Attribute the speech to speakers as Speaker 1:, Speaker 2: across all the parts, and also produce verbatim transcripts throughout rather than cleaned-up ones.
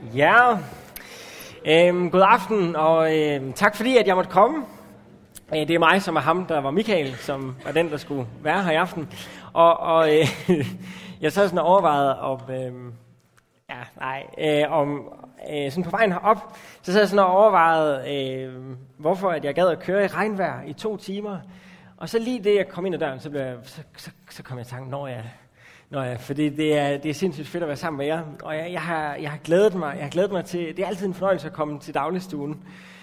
Speaker 1: Ja, øhm, god aften, og øhm, tak fordi, at jeg måtte komme. Øh, det er mig, som er ham, der var Michael, som var den, der skulle være her i aften. Og, og øh, jeg sad sådan og overvejede om, øh, ja, nej, øh, om øh, sådan på vejen herop, så sad jeg sådan og overvejede, øh, hvorfor at jeg gad at køre i regnvejr i to timer. Og så lige det, jeg kom ind ad døren, så, blev jeg, så, så, så kom jeg i tanken, når jeg... Nå ja, fordi det er, det er sindssygt fedt at være sammen med jer, og jeg, jeg, har, jeg har glædet mig, jeg har glædet mig til, det er altid en fornøjelse at komme til dagligstuen.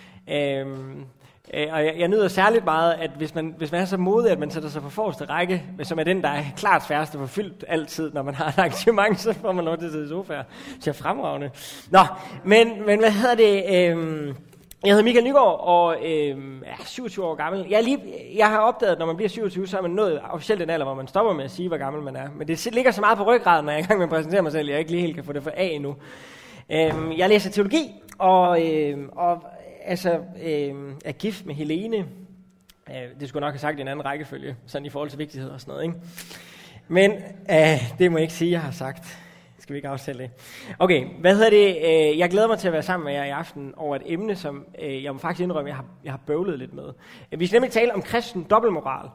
Speaker 1: Øhm, øh, og jeg, jeg nyder særligt meget, at hvis man, hvis man er så modig, at man sætter sig på forreste række, som er den, der er klart sværest at få fyldt altid, når man har et arrangement, så får man lov til at sidde i sofaer. Det er fremragende. Nå, men, men hvad hedder det... Øhm, Jeg hedder Michael Nygaard, og øh, er syvogtyve år gammel. Jeg, er lige, jeg har opdaget, at når man bliver syvogtyve, så er man nået officielt den alder, hvor man stopper med at sige, hvor gammel man er. Men det ligger så meget på ryggraden, når jeg er i gang med at præsentere mig selv, jeg ikke lige helt kan få det for af endnu. Øh, jeg læser teologi, og, øh, og altså, øh, er gift med Helene. Øh, det skulle jeg nok have sagt i en anden rækkefølge, sådan i forhold til vigtighed og sådan noget, ikke? Men øh, det må jeg ikke sige, jeg har sagt. Skal vi ikke aftale det? Okay, hvad hedder det? Jeg glæder mig til at være sammen med jer i aften over et emne, som jeg må faktisk indrømme, jeg har, jeg har bøvlet lidt med. Vi skal nemlig tale om kristen dobbeltmoral.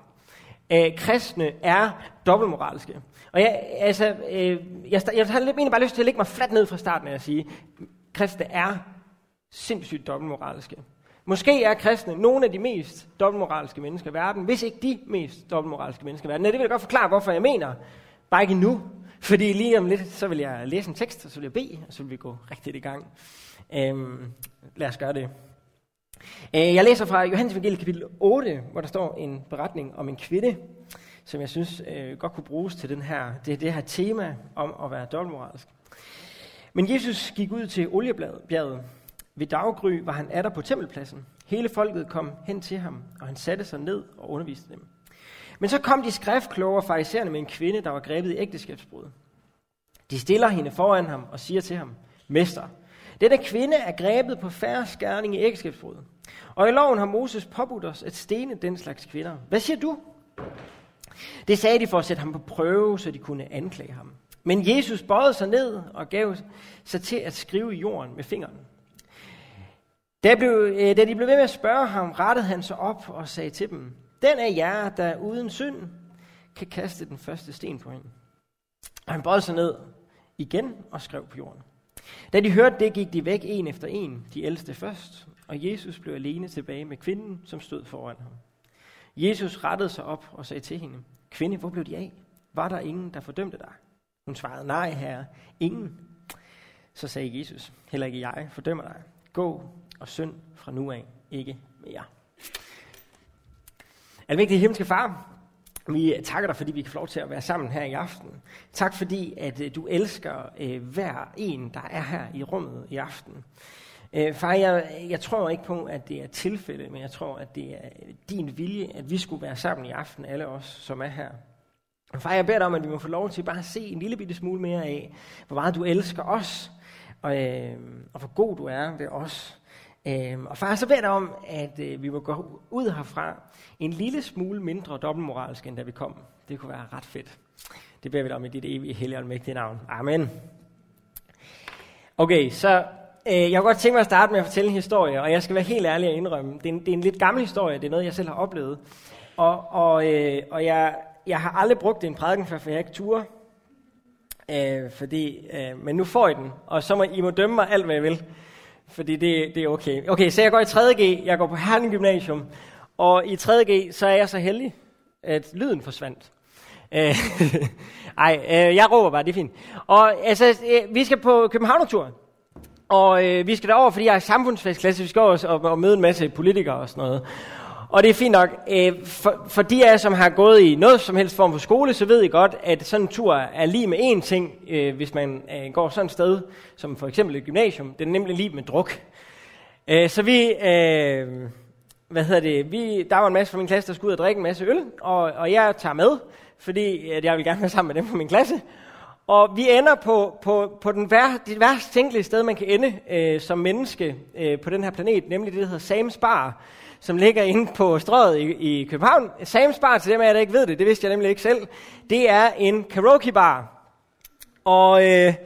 Speaker 1: Kristne er dobbeltmoralske. Og jeg, altså, jeg, jeg har egentlig bare lyst til at lægge mig fladt ned fra starten af at sige, kristne er sindssygt dobbeltmoralske. Måske er kristne nogle af de mest dobbeltmoralske mennesker i verden, hvis ikke de mest dobbeltmoralske mennesker i verden. Det vil jeg godt forklare, hvorfor jeg mener. Bare ikke nu. Fordi lige om lidt, så vil jeg læse en tekst, og så vil jeg bede, og så vil vi gå rigtigt i gang. Øhm, lad os gøre det. Øh, jeg læser fra Johannes Evangeliet kapitel otte, hvor der står en beretning om en kvinde, som jeg synes øh, godt kunne bruges til den her, det, det her tema om at være dobbeltmoralsk. Men Jesus gik ud til oliebjerget. Ved daggry var han atter på tempelpladsen. Hele folket kom hen til ham, og han satte sig ned og underviste dem. Men så kom de skriftkloge farisæerne med en kvinde, der var grebet i ægteskabsbrud. De stiller hende foran ham og siger til ham, Mester, denne kvinde er grebet på færdsgerning i ægteskabsbrud. Og i loven har Moses påbudt os at stene den slags kvinder. Hvad siger du? Det sagde de for at sætte ham på prøve, så de kunne anklage ham. Men Jesus bøjede sig ned og gav sig til at skrive i jorden med fingeren. Da, blev, da de blev ved med at spørge ham, rettede han sig op og sagde til dem, den af jer, der uden synd, kan kaste den første sten på hende. Og han bøjede sig ned igen og skrev på jorden. Da de hørte det, gik de væk en efter en, de ældste først, og Jesus blev alene tilbage med kvinden, som stod foran ham. Jesus rettede sig op og sagde til hende, kvinde, hvor blev de af? Var der ingen, der fordømte dig? Hun svarede, nej herre, ingen. Så sagde Jesus, heller ikke jeg fordømmer dig. Gå og synd fra nu af, ikke mere. Almægtige himmelske far, vi takker dig, fordi vi kan få lov til at være sammen her i aften. Tak fordi, at du elsker øh, hver en, der er her i rummet i aften. Øh, far, jeg, jeg tror ikke på, at det er tilfælde, men jeg tror, at det er din vilje, at vi skulle være sammen i aften, alle os, som er her. Far, jeg beder dig om, at vi må få lov til bare at se en lille bitte smule mere af, hvor meget du elsker os, og, øh, og hvor god du er ved os. Øhm, og far, så beder jeg om, at øh, vi må gå ud herfra en lille smule mindre dobbeltmoralsk, end da vi kom. Det kunne være ret fedt. Det beder vi dig om i dit evige, hellige og almægtige navn. Amen. Okay, så øh, jeg kunne godt tænke mig at starte med at fortælle en historie, og jeg skal være helt ærlig og indrømme. Det er en, det er en lidt gammel historie, det er noget, jeg selv har oplevet. Og, og, øh, og jeg, jeg har aldrig brugt en prædiken før, for jeg ikke turde. Øh, fordi, øh, men nu får I den, og så må I må dømme mig alt, hvad jeg vil. Fordi det, det er okay. Okay, så jeg går i tredje G, jeg går på Herning Gymnasium, og i tredje G, så er jeg så heldig, at lyden forsvandt. Øh, Ej, øh, jeg råber bare, det er fint. Og altså, øh, vi skal på Københavnertur, og øh, vi skal derover, fordi jeg er samfundsfagsklasse, vi skal også og, og møde en masse politikere og sådan noget. Og det er fint nok, øh, for, for de af jer, som har gået i noget som helst form for skole, så ved I godt, at sådan en tur er lige med én ting, øh, hvis man øh, går sådan et sted, som for eksempel et gymnasium. Det er nemlig lige med druk. Øh, så vi, øh, hvad hedder det, vi, der var en masse fra min klasse, der skulle ud og drikke en masse øl, og, og jeg tager med, fordi at jeg vil gerne være sammen med dem fra min klasse. Og vi ender på, på, på den vær, det værst tænkelige sted, man kan ende øh, som menneske øh, på den her planet, nemlig det, der hedder Sam's Bar, som ligger inde på Strøget i, i København. Sam's Bar, til dem af jer, der ikke ved det, det vidste jeg nemlig ikke selv, det er en karaokebar. Og øh,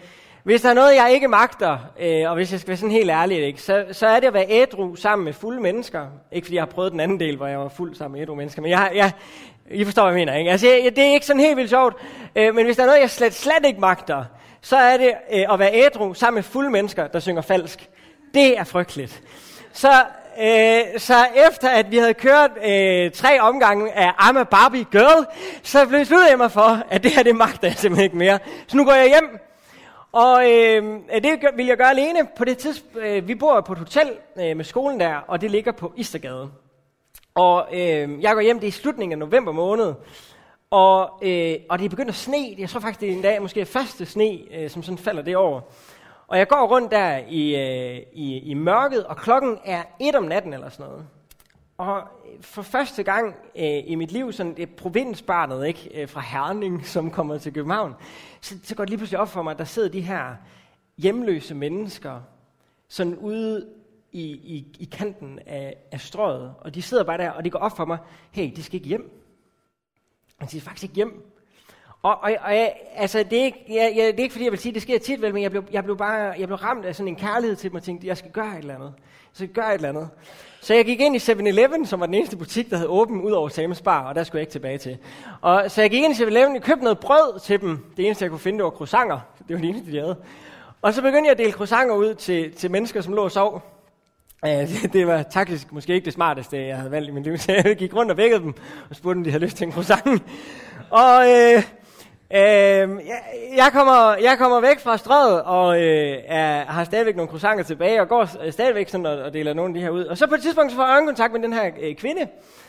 Speaker 1: Hvis der er noget, jeg ikke magter, øh, og hvis jeg skal være sådan helt ærlig, ikke, så, så er det at være ædru sammen med fulde mennesker. Ikke fordi jeg har prøvet den anden del, hvor jeg var fuld sammen med ædru mennesker, men jeg, jeg, I forstår, hvad jeg mener. Ikke? Altså, jeg, det er ikke sådan helt vildt sjovt, øh, men hvis der er noget, jeg slet, slet ikke magter, så er det øh, at være ædru sammen med fulde mennesker, der synger falsk. Det er frygteligt. Så, øh, så efter at vi havde kørt øh, tre omgange af I'm a Barbie Girl, så besluttede jeg mig for, at det her, det magter jeg simpelthen ikke mere. Så nu går jeg hjem. Og øh, det vil jeg gøre alene. På det tidspunkt, øh, vi bor på et hotel øh, med skolen der, og det ligger på Istergade. Og øh, jeg går hjem, det er i slutningen af november måned, og, øh, og det er begyndt at sne. Jeg tror faktisk, det er en dag, måske første sne, øh, som sådan falder det over. Og jeg går rundt der i, øh, i, i mørket, og klokken er et om natten eller sådan noget. Og for første gang øh, i mit liv, sådan det provinsbarnet, ikke, øh, fra Herning, som kommer til København, så, så går det lige pludselig op for mig, at der sidder de her hjemløse mennesker, sådan ude i, i, i kanten af, af strøget, og de sidder bare der, og det går op for mig, hey, de skal ikke hjem. De skal faktisk ikke hjem. Og, og, og jeg, altså, det er, ikke, jeg, jeg, det er ikke fordi, jeg vil sige, det sker tit vel, men jeg blev, jeg blev bare jeg blev ramt af sådan en kærlighed til dem, og tænkte, jeg skal gøre et eller andet. Jeg skal gøre et eller andet. Så jeg gik ind i seven eleven, som var den eneste butik, der havde åbent ud over Sames Bar, og der skulle jeg ikke tilbage til. Og så jeg gik ind i seven eleven, og købte noget brød til dem. Det eneste, jeg kunne finde, det var croissanter. Det var det eneste, de havde. Og så begyndte jeg at dele croissanter ud til, til mennesker, som lå og sov. Uh, det, det var taktisk måske ikke det smarteste, jeg havde valgt i mit liv. Så jeg gik rundt og vækkede dem, og spurgte, om de havde lyst til en croissant. Og øh, øh, jeg, jeg, kommer, jeg kommer væk fra strøget, og øh, er, har stadigvæk nogle croissanter tilbage, og går stadigvæk sådan og, og deler nogle af de her ud. Og så på et tidspunkt så får jeg øjenkontakt med den her øh, kvinde,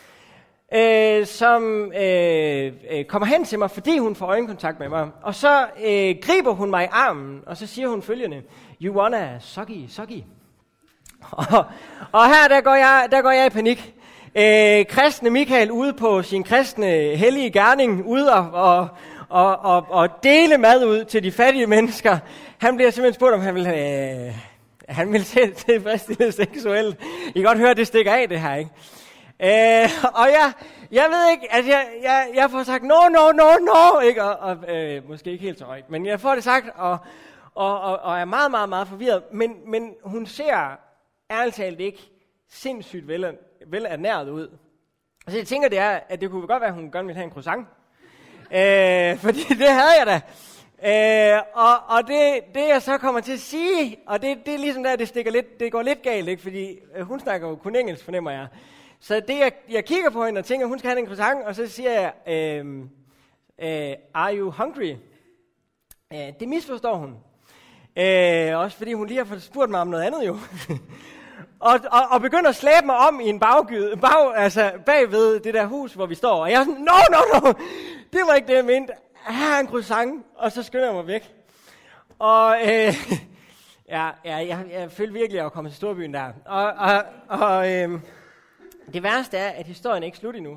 Speaker 1: øh, som øh, øh, kommer hen til mig, fordi hun får øjenkontakt med mig. Og så øh, griber hun mig i armen, og så siger hun følgende, you wanna sucky, sucky. Og, og her der går, jeg, der går jeg i panik. Øh, kristne Michael ude på sin kristne hellige gerning, ude og, og, og, og, og dele mad ud til de fattige mennesker. Han bliver simpelthen spurgt, om han vil, øh, han vil til tilfredsstille seksuelt. I kan godt høre, at det stikker af det her, ikke? Øh, og jeg, jeg ved ikke, altså jeg, jeg, jeg får sagt, no, no, no, no, ikke? Og, og øh, måske ikke helt så rigtigt, men jeg får det sagt, og, og, og, og er meget, meget, meget forvirret. Men, men hun ser ærligt talt ikke sindssygt vel, velernæret ud. Så jeg tænker, det er, at det kunne godt være, at hun gerne ville have en croissant. Øh, fordi det havde jeg da. Øh, og og det, det jeg så kommer til at sige, og det, det er ligesom der, det, stikker lidt, det går lidt galt, ikke? Fordi øh, hun snakker jo kun engelsk, fornemmer jeg. Så det, jeg, jeg kigger på hende og tænker, hun skal have en croissant, og så siger jeg, øh, øh, are you hungry? Øh, det misforstår hun. Øh, også fordi hun lige har fået spurgt mig om noget andet jo. og, og, og begynder at slæbe mig om i en baggyde, bag, altså bagved det der hus, hvor vi står. Og jeg er sådan, no, no, no, det var ikke det, jeg mente. Her er en croissant, og så skynder jeg mig væk. Og øh, ja, ja, jeg, jeg følte virkelig, at jeg var kommet til storbyen der. Og, og, og øh, det værste er, at historien er ikke slut endnu.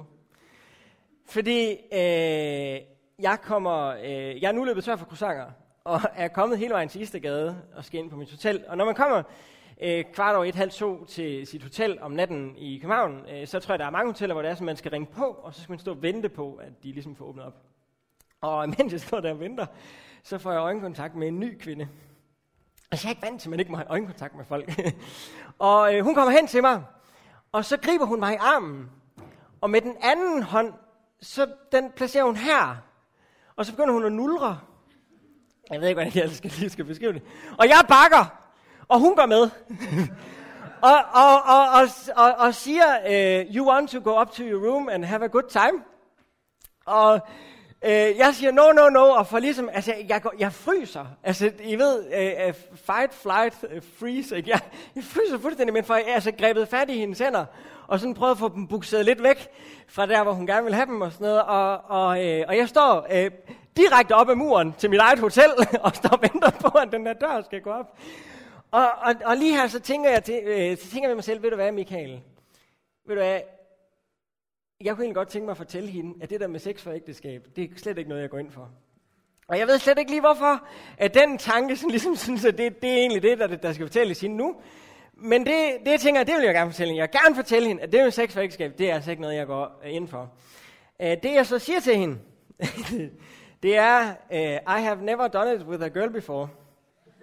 Speaker 1: Fordi øh, jeg kommer, øh, jeg er nu løbet tør for croissanter, og er kommet hele vejen til Istergade og skal ind på mit hotel. Og når man kommer øh, kvart over et, halv to til sit hotel om natten i København, øh, så tror jeg, der er mange hoteller, hvor det er, så man skal ringe på, og så skal man stå og vente på, at de ligesom får åbnet op. Og mens jeg står der og venter, så får jeg øjenkontakt med en ny kvinde. Altså jeg er ikke vant til, at man ikke må have øjenkontakt med folk. og øh, hun kommer hen til mig, og så griber hun mig i armen. Og med den anden hånd, så den placerer hun her. Og så begynder hun at nulre. Jeg ved ikke, hvordan jeg skal, lige skal beskrive det. Og jeg bakker, og hun går med. og, og, og, og, og, og siger, uh, you want to go up to your room and have a good time? Og uh, jeg siger, no, no, no, og for ligesom, altså, jeg, går, jeg fryser. Altså, I ved, uh, uh, fight, flight, uh, freeze, ikke? Jeg, jeg fryser fuldstændig, men for jeg altså grebet fat i hendes hænder, og sådan prøvet at få dem bukseret lidt væk fra der, hvor hun gerne vil have dem og sådan noget. Og, og, øh, og jeg står øh, direkte op ad muren til mit eget hotel, og står og venter på, at den der dør skal gå op. Og, og, og lige her, så tænker jeg til, øh, så tænker jeg med mig selv, ved du hvad, Michael? Ved du hvad, jeg kunne egentlig godt tænke mig at fortælle hende, at det der med sex for ægteskab, det er slet ikke noget, jeg går ind for. Og jeg ved slet ikke lige, hvorfor at den tanke, sådan ligesom synes, at det, det er egentlig det, der, der skal fortælles hende nu. Men det, det jeg tænker, det vil jeg gerne fortælle hende. Jeg vil gerne fortælle hende, at det med sex for ægteskab, det er altså ikke noget, jeg går ind for. Uh, det jeg så siger til hende, det er, uh, I have never done it with a girl before.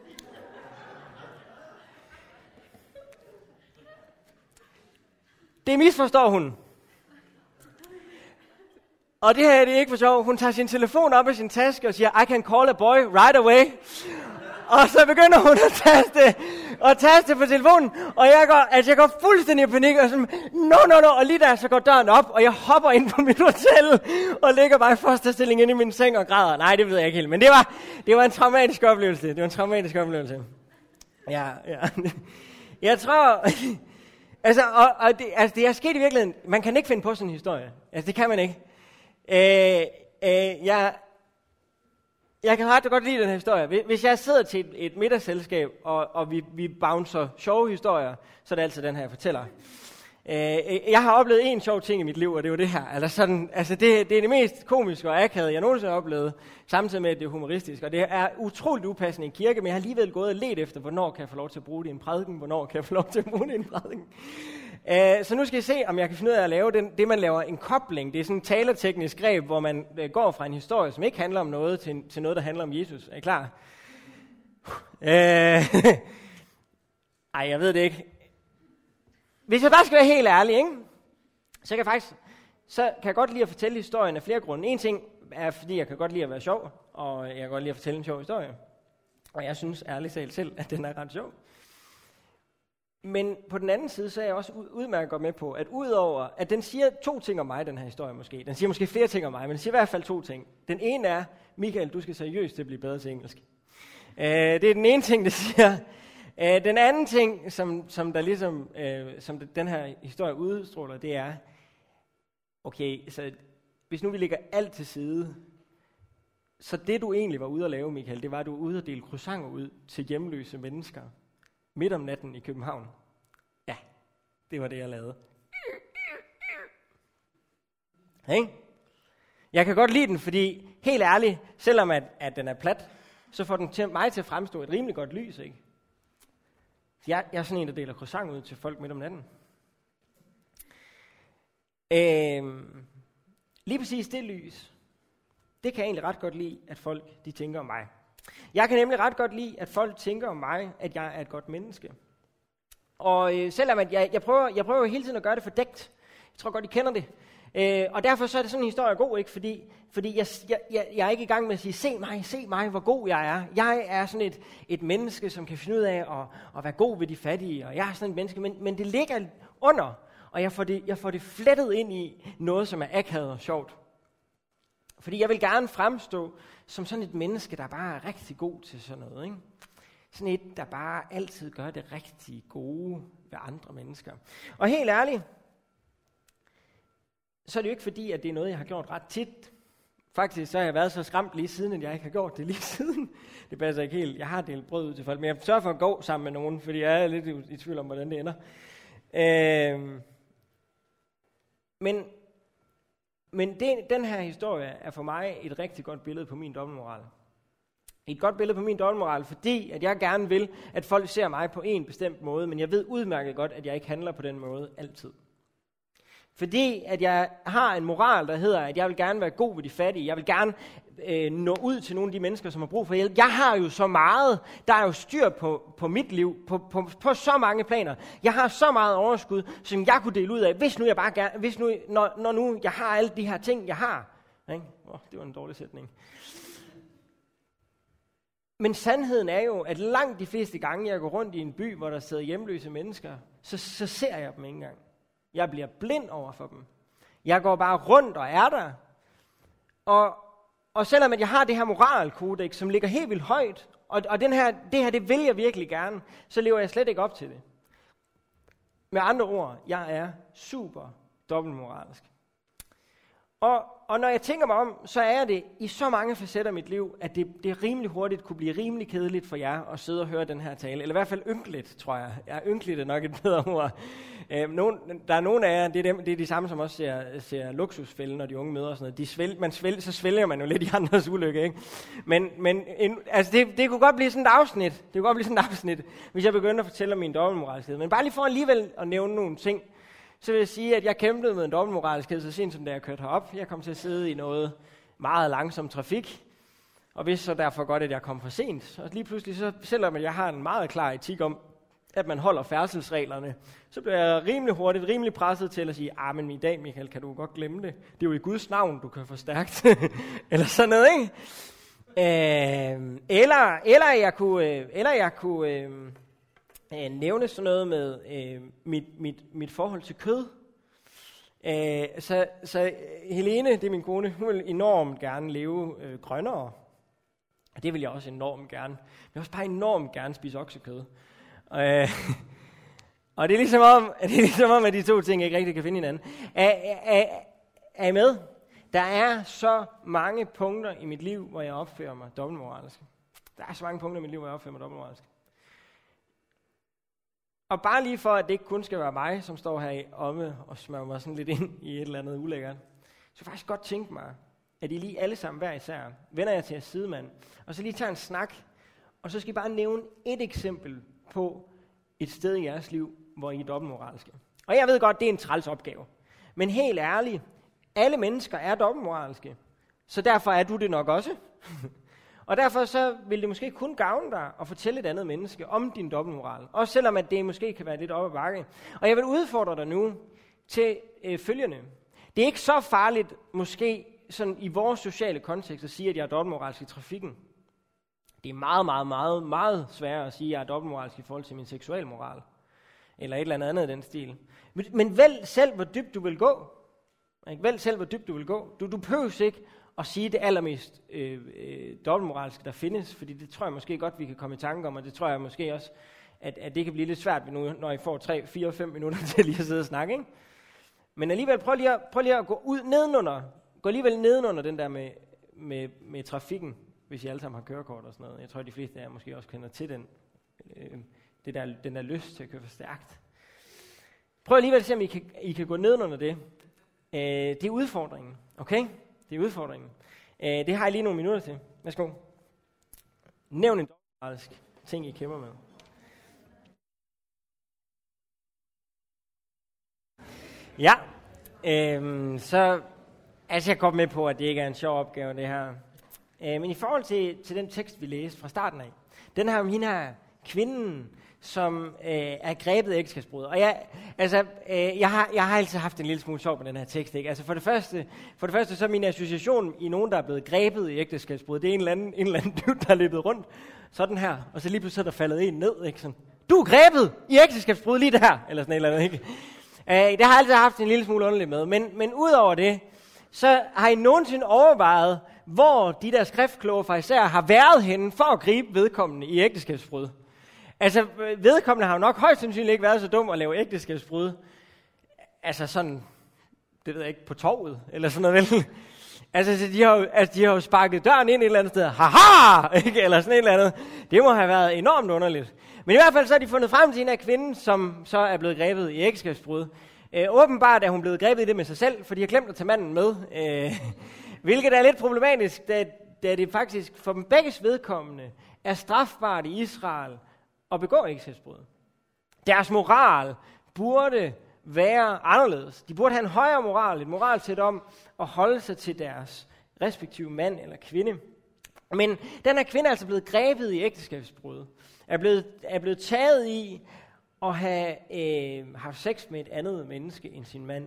Speaker 1: Det misforstår hun. Og det her er det ikke for sjov. Hun tager sin telefon op af sin taske og siger, I can call a boy right away. Og så begynder hun at taste, og taste på telefonen, og jeg går, altså jeg går fuldstændig i panik, og sådan, no, no, no, og lige der, så går døren op, og jeg hopper ind på mit hotel, og ligger bare i første stilling inde i min seng og græder. Nej, det ved jeg ikke helt, men det var, det var en traumatisk oplevelse. Det var en traumatisk oplevelse. Ja, ja. Jeg tror, altså, og, og det, altså, det er sket i virkeligheden. Man kan ikke finde på sådan en historie. Altså, det kan man ikke. Øh, øh, jeg... Jeg kan ret godt lide den her historie. Hvis jeg sidder til et, et middagsselskab, og, og vi, vi bouncer sjove historier, så er det altid den her, jeg fortæller. Øh, jeg har oplevet en sjov ting i mit liv, og det var det her. Altså sådan, altså det, det er det mest komiske og akavede, jeg nogensinde har oplevet, samtidig med, at det er humoristisk. Og det er utroligt upassende i en kirke, men jeg har alligevel gået og let efter, hvornår kan jeg få lov til at bruge det i en prædiken, hvornår kan jeg få lov til at bruge det i en prædiken. Uh, så nu skal I se, om jeg kan finde ud af at lave den, det, man laver en kobling. Det er sådan en talerteknisk greb, hvor man uh, går fra en historie, som ikke handler om noget, til, til noget, der handler om Jesus. Er I klar? Uh, Ej, jeg ved det ikke. Hvis jeg bare skal være helt ærlig, ikke? Så kan jeg faktisk, så kan jeg godt lide at fortælle historien af flere grunde. En ting er, fordi jeg kan godt lide at være sjov, og jeg kan godt lide at fortælle en sjov historie. Og jeg synes ærligt talt selv, at den er ret sjov. Men på den anden side, så er jeg også udmærket godt med på, at udover, at den siger to ting om mig, den her historie måske. Den siger måske flere ting om mig, men den siger i hvert fald to ting. Den ene er, Michael, du skal seriøst til at blive bedre til engelsk. Uh, det er den ene ting, det siger. Uh, den anden ting, som, som, der ligesom, uh, som den her historie udstråler, det er, okay, så hvis nu vi lægger alt til side, så det du egentlig var ude at lave, Michael, det var, at du var ude at dele croissanter ud til hjemløse mennesker. Midt om natten i København. Ja, det var det, jeg lavede. Hey? Jeg kan godt lide den, fordi helt ærligt, selvom at, at den er plat, så får den til mig til at fremstå et rimelig godt lys, ikke? Jeg, jeg er sådan en, der deler croissant ud til folk midt om natten. Øhm, lige præcis det lys, det kan jeg egentlig ret godt lide, at folk de tænker om mig. Jeg kan nemlig ret godt lide, at folk tænker om mig, at jeg er et godt menneske. Og øh, selvom at jeg, jeg, prøver, jeg prøver hele tiden at gøre det fordækt. Jeg tror godt, I kender det. Øh, og derfor så er det sådan en historie god, ikke? Fordi, fordi jeg, jeg, jeg, jeg er ikke i gang med at sige, se mig, se mig, hvor god jeg er. Jeg er sådan et, et menneske, som kan finde ud af at, at være god ved de fattige. Og jeg er sådan et menneske, men, men det ligger under. Og jeg får, det, jeg får det flettet ind i noget, som er akavet og sjovt. Fordi jeg vil gerne fremstå som sådan et menneske, der bare er rigtig god til sådan noget, ikke? Sådan et, der bare altid gør det rigtig gode ved andre mennesker. Og helt ærligt, så er det jo ikke fordi, at det er noget, jeg har gjort ret tit. Faktisk så har jeg været så skræmt lige siden, at jeg ikke har gjort det lige siden. Det passer ikke helt. Jeg har delt brød ud til folk, men jeg sørger for at gå sammen med nogen, fordi jeg er lidt i, i tvivl om, hvordan det ender. Øh, men men det, den her historie er for mig et rigtig godt billede på min dobbeltmoral. Et godt billede på min dobbeltmoral, fordi at jeg gerne vil, at folk ser mig på en bestemt måde, men jeg ved udmærket godt, at jeg ikke handler på den måde altid. Fordi at jeg har en moral, der hedder, at jeg vil gerne være god ved de fattige. Jeg vil gerne øh, nå ud til nogle af de mennesker, som har brug for hjælp. Jeg har jo så meget, der er jo styr på, på mit liv, på, på, på så mange planer. Jeg har så meget overskud, som jeg kunne dele ud af, hvis nu jeg bare gerne, hvis nu, når, når nu jeg har alle de her ting, jeg har. Ikke? Oh, det var en dårlig sætning. Men sandheden er jo, at langt de fleste gange, jeg går rundt i en by, hvor der sidder hjemløse mennesker, så, så ser jeg dem ikke engang. Jeg bliver blind over for dem. Jeg går bare rundt og er der. Og, og selvom at jeg har det her moralkodex, som ligger helt vildt højt, og, og den her, det her, det vil jeg virkelig gerne, så lever jeg slet ikke op til det. Med andre ord, jeg er super dobbeltmoralsk. Og, og når jeg tænker mig om, så er det i så mange facetter af mit liv, at det, det rimelig hurtigt kunne blive rimelig kedeligt for jer at sidde og høre den her tale. Eller i hvert fald ynkeligt, tror jeg. Ja, ynkeligt er nok et bedre ord. Øh, nogen, der er nogle af jer, det er, dem, det er de samme, som også ser, ser Luksusfælden, når de unge møder og sådan noget. De svæl, man svæl, så svælger man jo lidt i andres ulykke, ikke? Men, men en, altså det, det kunne godt blive sådan et afsnit. Det kunne godt blive sådan et afsnit, hvis jeg begyndte at fortælle om min dobbeltmoralskhed. Men bare lige for alligevel at nævne nogle ting, så vil jeg sige, at jeg kæmpede med en dobbeltmoralskhed så sent som da jeg kørte herop. Jeg kom til at sidde i noget meget langsom trafik, og vidste så derfor godt, at jeg kom for sent. Og lige pludselig, så, selvom jeg har en meget klar etik om, at man holder færdselsreglerne, så bliver jeg rimelig hurtigt, rimelig presset til at sige, ah, men i dag, Michael, kan du godt glemme det. Det er jo i Guds navn, du kan få stærkt. Eller sådan noget, ikke? Øh, eller, eller jeg kunne, øh, eller jeg kunne øh, øh, nævne sådan noget med øh, mit, mit, mit forhold til kød. Øh, så, så Helene, det er min kone, hun vil enormt gerne leve øh, grønnere. Og det vil jeg også enormt gerne. Jeg vil også bare enormt gerne spise oksekød. Øh, og det er ligesom om, det er ligesom om, at de to ting ikke rigtig kan finde hinanden. Er, er, er I med? Der er så mange punkter i mit liv, hvor jeg opfører mig dobbeltmoralsk. Der er så mange punkter i mit liv, hvor jeg opfører mig dobbeltmoralsk. Og bare lige for, at det ikke kun skal være mig, som står her omme og smører mig sådan lidt ind i et eller andet ulækkert, så jeg faktisk godt tænke mig, at I lige alle sammen hver især vender jer til jeres sidemand, og så lige tager en snak, og så skal I bare nævne et eksempel på et sted i jeres liv, hvor I er dobbeltmoralske. Og jeg ved godt, det er en træls opgave. Men helt ærligt, alle mennesker er dobbeltmoralske, så derfor er du det nok også. Og derfor så vil det måske kun gavne dig at fortælle et andet menneske om din dobbeltmoral. Også selvom at det måske kan være lidt op ad bakke. Og jeg vil udfordre dig nu til øh, følgende. Det er ikke så farligt måske sådan i vores sociale kontekst at sige, at jeg er dobbeltmoralsk i trafikken. Det er meget, meget, meget, meget sværere at sige, at jeg er dobbeltmoralsk i forhold til min seksuel moral. Eller et eller andet andet i den stil. Men, men vælg selv, hvor dybt du vil gå. Vælg selv, hvor dybt du vil gå. Du, du behøver ikke at sige det allermest øh, øh, dobbeltmoralske, der findes, fordi det tror jeg måske godt, vi kan komme i tanke om, og det tror jeg måske også, at, at det kan blive lidt svært, nu, når I får tre, fire, fem minutter til lige at sidde og snakke. Ikke? Men alligevel, prøv lige, at, prøv lige at gå ud nedenunder, gå alligevel nedenunder den der med, med, med trafikken, hvis I alle sammen har kørekort og sådan noget. Jeg tror, at de fleste af jer måske også kender til den, øh, det der, den der lyst til at køre for stærkt. Prøv alligevel at se, om I kan, I kan gå nedenunder det. Øh, det er udfordringen, okay? Det er udfordringen. Øh, det har jeg lige nogle minutter til. Værsgo. Nævn en dobbeltmoralsk ting, I kæmper med. Ja, øh, så altså jeg går med på, at det ikke er en sjov opgave, det her. Øh, men i forhold til, til den tekst, vi læste fra starten af, den her om hende her kvinden, som øh, er grebet af ægteskabsbrud. Og jeg, altså, øh, jeg, har, jeg har altid haft en lille smule sjov med den her tekst. Ikke? Altså for det første, for det første så er min association i nogen, der er blevet grebet i ægteskabsbrud, det er en eller anden, en eller anden dude, der er løbet rundt sådan her, og så lige pludselig er der faldet en ned. Ikke? Sådan, du er grebet i ægteskabsbrud lige der, eller sådan et eller andet. Ikke? Øh, det har jeg altid haft en lille smule underligt med. Men, men udover det, så har I nogensinde overvejet, hvor de der skriftkloge farisæer har været henne for at gribe vedkommende i ægteskabsbrud. Altså, vedkommende har jo nok højst sandsynligt ikke været så dum at lave ægteskabsbrud. Altså sådan, det ved jeg ikke, på torvet, eller sådan noget vel. Altså, så de har, jo, altså, de har jo sparket døren ind et eller andet sted. Haha! Ikke? Eller sådan et eller andet. Det må have været enormt underligt. Men i hvert fald så har de fundet frem til en af kvinden, som så er blevet grebet i ægteskabsbrud. Øh, åbenbart er hun blevet grebet i det med sig selv, for de har glemt at tage manden med. Øh, hvilket er lidt problematisk, da, da det faktisk for dem begges vedkommende er strafbart i Israel at begå ægteskabsbrud. Deres moral burde være anderledes. De burde have en højere moral, et moralsæt om at holde sig til deres respektive mand eller kvinde. Men den her kvinde er altså blevet grebet i ægteskabsbrud, er blevet, er blevet taget i at have øh, haft sex med et andet menneske end sin mand.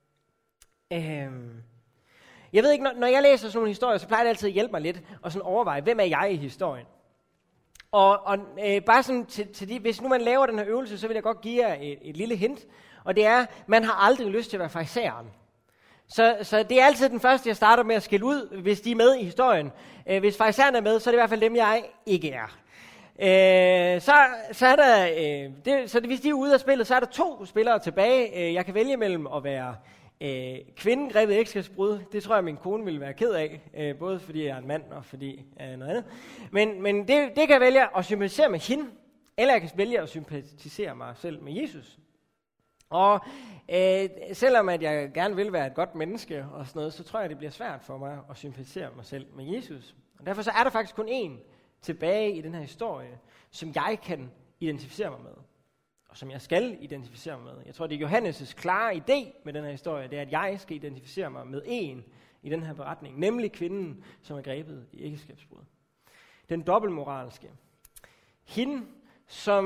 Speaker 1: Øh, jeg ved ikke, når, når jeg læser sådan nogle historier, så plejer det altid at hjælpe mig lidt og sådan overveje, hvem er jeg i historien? Og, og øh, bare sådan til, til de, hvis nu man laver den her øvelse, så vil jeg godt give jer et, et lille hint. Og det er, man har aldrig lyst til at være farisæeren. Så, så det er altid den første, jeg starter med at skille ud, hvis de er med i historien. Øh, hvis farisæerne er med, så er det i hvert fald dem, jeg ikke er. Øh, så, så er der, øh, det, så det, hvis de er ude af spillet, så er der to spillere tilbage. Øh, jeg kan vælge mellem at være øh, kvinden grebet i ægteskabsbrud. Det tror jeg, min kone ville være ked af, øh, både fordi jeg er en mand og fordi øh, noget andet. Men, men det, det kan jeg vælge at sympatisere med hende, eller jeg kan vælge at sympatisere mig selv med Jesus. Og øh, selvom at jeg gerne vil være et godt menneske og sådan noget, så tror jeg, det bliver svært for mig at sympatisere mig selv med Jesus. Og derfor så er der faktisk kun én tilbage i den her historie, som jeg kan identificere mig med, og som jeg skal identificere mig med. Jeg tror, det er Johannes' klare idé med den her historie, det er, at jeg skal identificere mig med en i den her beretning, nemlig kvinden, som er grebet i ægteskabsbrud. Den dobbeltmoralske. Hende, som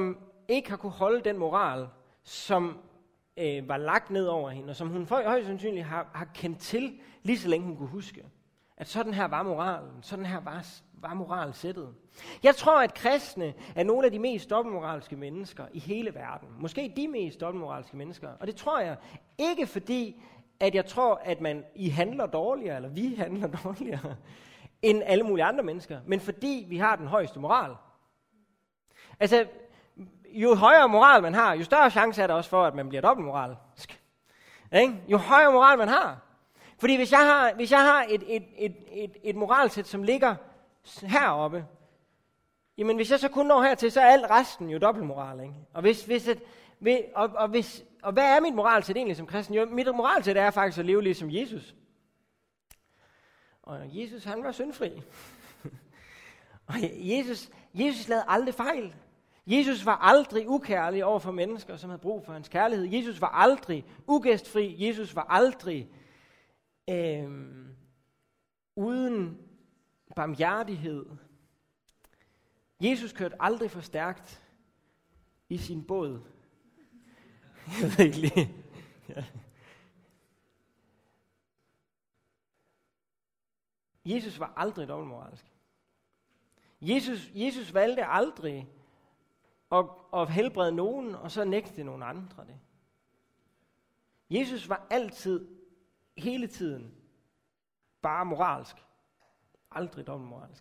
Speaker 1: ikke har kunne holde den moral, som øh, var lagt ned over hende, og som hun højst sandsynligt har, har kendt til, lige så længe hun kunne huske. At sådan her var moralen, sådan her var, var moralsættet. Jeg tror, at kristne er nogle af de mest dobbeltmoralske mennesker i hele verden. Måske de mest dobbeltmoralske mennesker. Og det tror jeg ikke fordi, at jeg tror, at man I handler dårligere, eller vi handler dårligere, end alle mulige andre mennesker, men fordi vi har den højeste moral. Altså, jo højere moral man har, jo større chance er der også for, at man bliver dobbeltmoralsk. Ikke? Jo højere moral man har. Fordi hvis jeg har, hvis jeg har et, et, et, et, et moralsæt, som ligger heroppe, jamen hvis jeg så kun når hertil, så er alt resten jo dobbeltmoral. Ikke? Og, hvis, hvis et, og, og, hvis, og hvad er mit moralsæt egentlig som kristen? Jo, mit moralsæt er faktisk at leve ligesom Jesus. Og Jesus, han var syndfri. Og Jesus, Jesus lavede aldrig fejl. Jesus var aldrig ukærlig over for mennesker, som havde brug for hans kærlighed. Jesus var aldrig ugæstfri. Jesus var aldrig øh, uden barmhjertighed. Jesus kørte aldrig for stærkt i sin båd. Jeg ved ikke lige. Ja. Jesus var aldrig dobbeltmoralsk. Jesus, Jesus valgte aldrig at, at helbrede nogen, og så nægte nogen andre det. Jesus var altid, hele tiden, bare moralsk. Aldrig dobbeltmoralsk.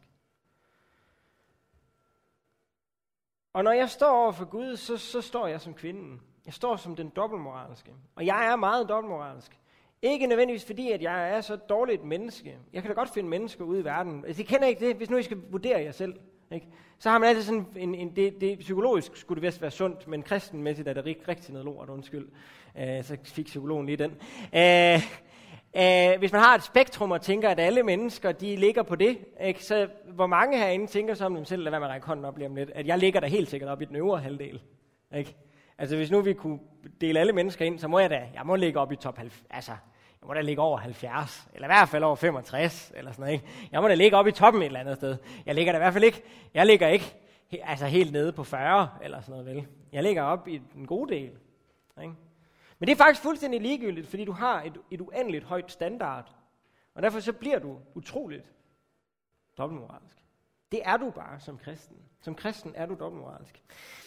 Speaker 1: Og når jeg står over for Gud, så, så står jeg som kvinden. Jeg står som den dobbeltmoralske. Og jeg er meget dobbeltmoralsk. Ikke nødvendigvis fordi, at jeg er så dårligt et menneske. Jeg kan da godt finde mennesker ude i verden. Altså, jeg kender ikke det, hvis nu I skal vurdere jer selv. Ikke? Så har man altid sådan en, en det, det, psykologisk skulle det vist være sundt, men kristenmæssigt er det rigtig, rigtig noget lort, undskyld. Uh, så fik psykologen lige den. Uh, uh, hvis man har et spektrum og tænker, at alle mennesker, de ligger på det, ikke? Så hvor mange herinde tænker så om dem selv, lad være med at række hånden op lige om lidt, at jeg ligger der helt sikkert op i den øvre halvdel. Ikke? Altså hvis nu vi kunne dele alle mennesker ind, så må jeg da, jeg må ligge op i top halvfjerds, altså jeg må da ligge over halvfjerds, eller i hvert fald over femogtres, eller sådan noget, ikke? Jeg må da ligge op i toppen et eller andet sted. Jeg ligger da i hvert fald ikke, jeg ligger ikke he, altså helt nede på fyrre, eller sådan noget vel. Jeg ligger op i den gode del. Ikke? Men det er faktisk fuldstændig ligegyldigt, fordi du har et, et uendeligt højt standard, og derfor så bliver du utroligt dobbeltmoralsk. Det er du bare som kristen. Som kristen er du dobbeltmoralsk.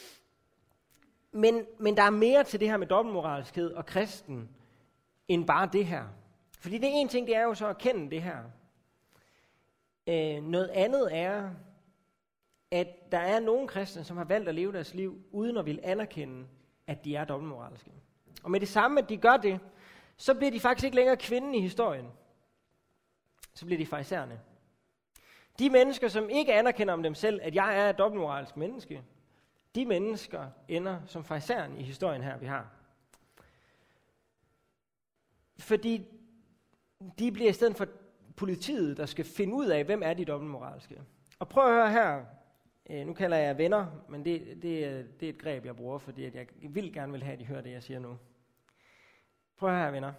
Speaker 1: Men, men der er mere til det her med dobbeltmoralskhed og kristen, end bare det her. Fordi det ene ting, det er jo så at kende det her. Øh, noget andet er, at der er nogle kristne, som har valgt at leve deres liv, uden at ville anerkende, at de er dobbeltmoralske. Og med det samme, at de gør det, så bliver de faktisk ikke længere kvinden i historien. Så bliver de farisæerne. De mennesker, som ikke anerkender om dem selv, at jeg er et dobbeltmoralsk menneske, de mennesker ender som farisæeren i historien her, vi har. Fordi de bliver i stedet for politiet, der skal finde ud af, hvem er de dobbeltmoralske. Og prøv at høre her. Øh, nu kalder jeg venner, men det, det, det er et greb, jeg bruger, fordi at jeg vil gerne vil have, at de hører det, jeg siger nu. Prøv at høre her, venner.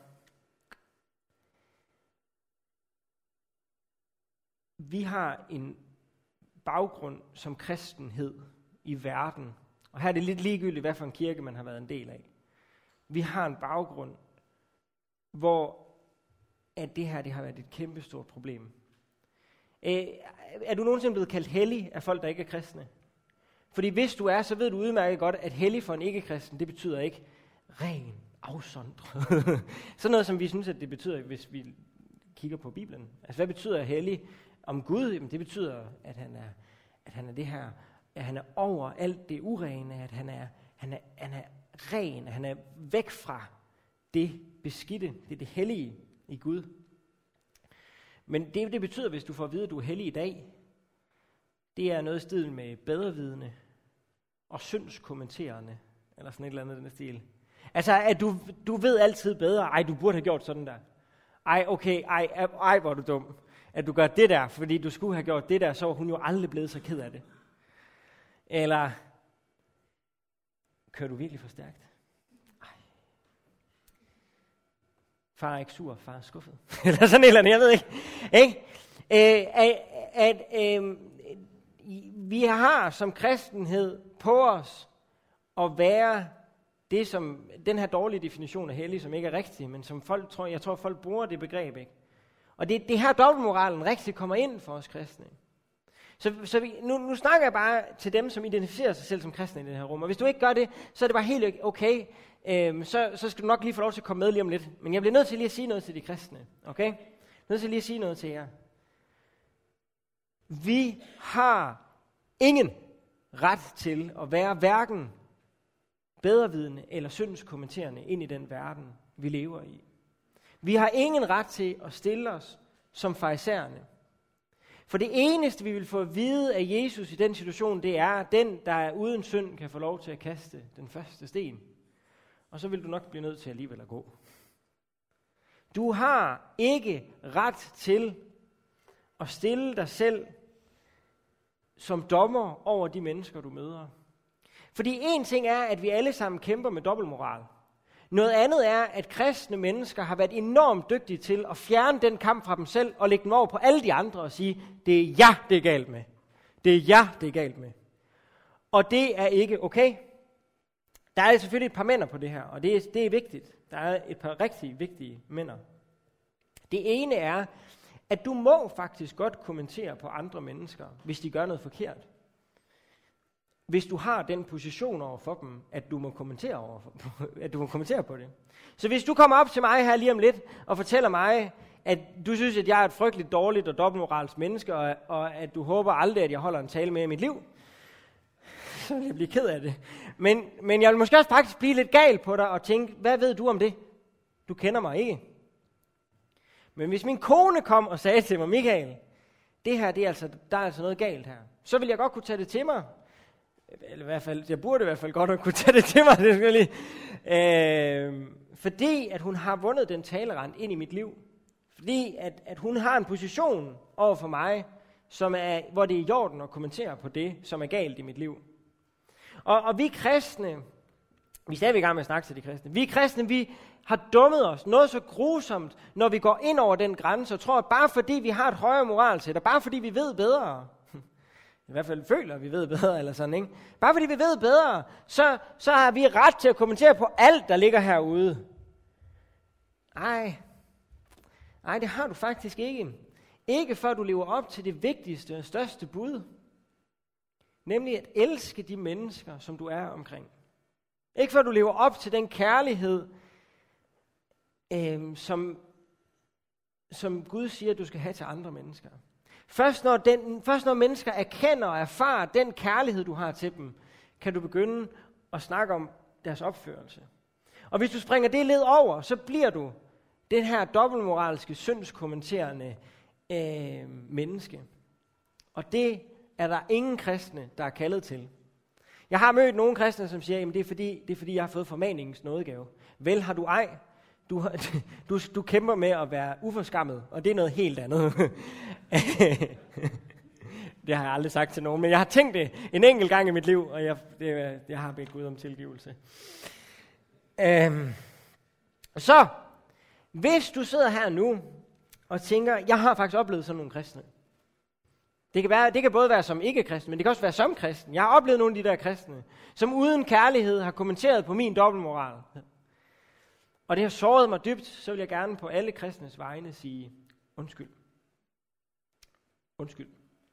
Speaker 1: Vi har en baggrund som kristenhed i verden. Og her er det lidt ligegyldigt, hvad for en kirke man har været en del af. Vi har en baggrund, hvor at det her det har været et kæmpestort problem. Øh, er du nogensinde blevet kaldt hellig af folk, der ikke er kristne? Fordi hvis du er, så ved du udmærket godt, at hellig for en ikke-kristen, det betyder ikke ren, afsondret. Sådan noget, som vi synes, at det betyder, hvis vi kigger på Bibelen. Altså, hvad betyder hellig om Gud? Jamen, det betyder, at han er, at han er det her, at han er over alt det urene, at han er, han er, han er ren, at han er væk fra det beskidte, det er det hellige i Gud. Men det, det betyder, hvis du får at vide, at du er hellig i dag, det er noget i stil med bedrevidende og syndskommenterende, eller sådan et eller andet i den stil. Altså, at du, du ved altid bedre, ej, du burde have gjort sådan der. Ej, okay, ej, ej, hvor er du dum, at du gør det der, fordi du skulle have gjort det der, så var hun jo aldrig blevet så ked af det. Eller, kører du virkelig for stærkt? Ej. Far er ikke sur, far er skuffet. Eller sådan et eller andet, jeg ved ikke. ikke? Æ, at, at øh, vi har som kristenhed på os at være det, som den her dårlige definition af hellig, som ikke er rigtig, men som folk tror, jeg tror, folk bruger det begreb, ikke? Og det, det her dobbeltmoralen rigtig kommer ind for os kristne. Så, så vi, nu, nu snakker jeg bare til dem, som identificerer sig selv som kristne i det her rum. Og hvis du ikke gør det, så er det bare helt okay. Øhm, så, så skal du nok lige få lov til at komme med lige om lidt. Men jeg bliver nødt til lige at sige noget til de kristne. Okay? Nødt til lige at sige noget til jer. Vi har ingen ret til at være hverken bedrevidende eller syndskommenterende ind i den verden, vi lever i. Vi har ingen ret til at stille os som farisæerne. For det eneste, vi vil få at vide af Jesus i den situation, det er, at den, der er uden synd, kan få lov til at kaste den første sten. Og så vil du nok blive nødt til alligevel at gå. Du har ikke ret til at stille dig selv som dommer over de mennesker, du møder. Fordi en ting er, at vi alle sammen kæmper med dobbeltmoral. Noget andet er, at kristne mennesker har været enormt dygtige til at fjerne den kamp fra dem selv og lægge den over på alle de andre og sige, det er jer, det er galt med. Det er jer, det er galt med. Og det er ikke okay. Der er selvfølgelig et par mænd på det her, og det er, det er vigtigt. Der er et par rigtig vigtige mænd. Det ene er, at du må faktisk godt kommentere på andre mennesker, hvis de gør noget forkert. Hvis du har den position over for dem, at du må kommentere over for, at du må kommentere på det. Så hvis du kommer op til mig her lige om lidt og fortæller mig, at du synes, at jeg er et frygteligt dårligt og dobbeltmoralsk menneske, og, og at du håber aldrig, at jeg holder en tale med i mit liv, så vil jeg blive ked af det. Men, men jeg vil måske også faktisk blive lidt gal på dig og tænke, hvad ved du om det? Du kender mig ikke. Men hvis min kone kom og sagde til mig, Michael, det her, det er altså, der er altså noget galt her, så vil jeg godt kunne tage det til mig. Eller i hvert fald, jeg burde i hvert fald godt kunne tage det til mig, det skal lige. Øh, fordi at hun har vundet den talerent ind i mit liv. Fordi at, at hun har en position over for mig, som er, hvor det er i orden at kommentere på det, som er galt i mit liv. Og, og vi kristne, vi er stadig i gang med at snakke til de kristne, vi kristne, vi har dummet os noget så grusomt, når vi går ind over den grænse, og tror, at bare fordi vi har et højere moralsæt, og bare fordi vi ved bedre, i hvert fald føler, at vi ved bedre, eller sådan, ikke? Bare fordi vi ved bedre, så, så har vi ret til at kommentere på alt, der ligger herude. Ej, ej, det har du faktisk ikke. Ikke før du lever op til det vigtigste og største bud. Nemlig at elske de mennesker, som du er omkring. Ikke før du lever op til den kærlighed, øh, som, som Gud siger, at du skal have til andre mennesker. Først når, den, først når mennesker erkender og erfarer den kærlighed, du har til dem, kan du begynde at snakke om deres opførelse. Og hvis du springer det led over, så bliver du den her dobbeltmoralske, syndskommenterende øh, menneske. Og det er der ingen kristne, der er kaldet til. Jeg har mødt nogle kristne, som siger, at det er fordi, det er fordi jeg har fået formaningens nådegave. Vel har du ej. Du, du, du kæmper med at være uforskammet, og det er noget helt andet. Det har jeg aldrig sagt til nogen, men jeg har tænkt det en enkelt gang i mit liv, og jeg, det, jeg har bedt Gud om tilgivelse. Øhm, så, hvis du sidder her nu og tænker, jeg har faktisk oplevet sådan nogle kristne. Det kan, være, det kan både være som ikke-kristne, men det kan også være som kristne. Jeg har oplevet nogle af de der kristne, som uden kærlighed har kommenteret på min dobbeltmoral. Og det har såret mig dybt, så vil jeg gerne på alle kristnes vegne sige undskyld. Undskyld.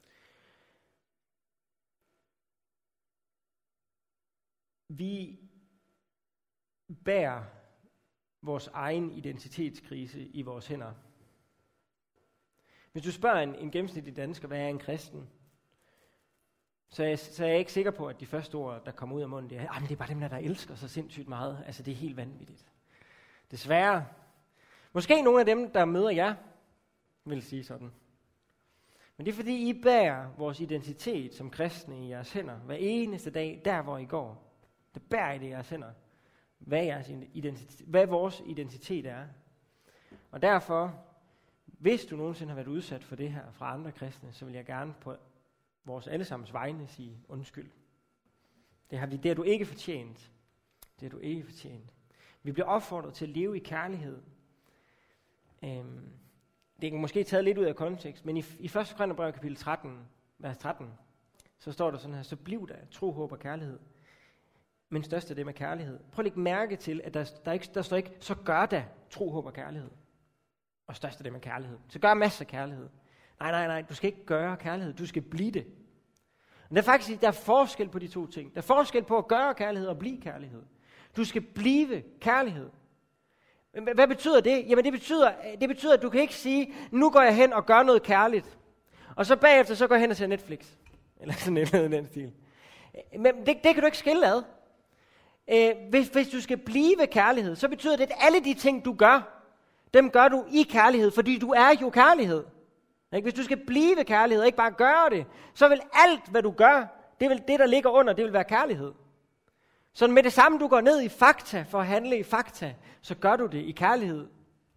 Speaker 1: Vi bærer vores egen identitetskrise i vores hænder. Hvis du spørger en, en gennemsnitlig dansker, hvad er en kristen, så er, jeg, så er jeg ikke sikker på, at de første ord, der kommer ud af munden, det er, det er bare dem, der, der elsker så sindssygt meget. Altså, det er helt vanvittigt. Desværre. Måske nogle af dem, der møder jer, vil sige sådan. Men det er fordi, I bærer vores identitet som kristne i jeres hænder. Hver eneste dag, der hvor I går. Det bærer I det i jeres hænder. Hvad, jeres identitet, hvad vores identitet er. Og derfor, hvis du nogensinde har været udsat for det her fra andre kristne, så vil jeg gerne på vores allesammens vegne sige undskyld. Det har, det har du ikke fortjent. Det har du ikke fortjent. Vi bliver opfordret til at leve i kærlighed. Øhm, det er måske taget lidt ud af kontekst, men i, i første Korintherbrev kapitel tretten, vers tretten, så står der sådan her, så bliv der tro, håb og kærlighed. men størst af det med kærlighed. Prøv at lægge mærke til, at der, der, ikke, der står ikke, så gør da tro, håb og kærlighed. Og størst af det med kærlighed. Så gør masser af kærlighed. Nej, nej, nej, du skal ikke gøre kærlighed, du skal blive det. Men der er faktisk der er forskel på de to ting. Der er forskel på at gøre kærlighed og blive kærlighed. Du skal blive kærlighed. Hvad betyder det? Jamen det betyder, det betyder, at du kan ikke sige, nu går jeg hen og gør noget kærligt. Og så bagefter, så går jeg hen og ser Netflix. Eller sådan noget i den stil. Men det, det kan du ikke skille ad. Hvis, hvis du skal blive kærlighed, så betyder det, at alle de ting, du gør, dem gør du i kærlighed, fordi du er jo kærlighed. Hvis du skal blive kærlighed og ikke bare gøre det, så vil alt, hvad du gør, det vil det, der ligger under, det vil være kærlighed. Så med det samme, du går ned i fakta for at handle i fakta, så gør du det i kærlighed.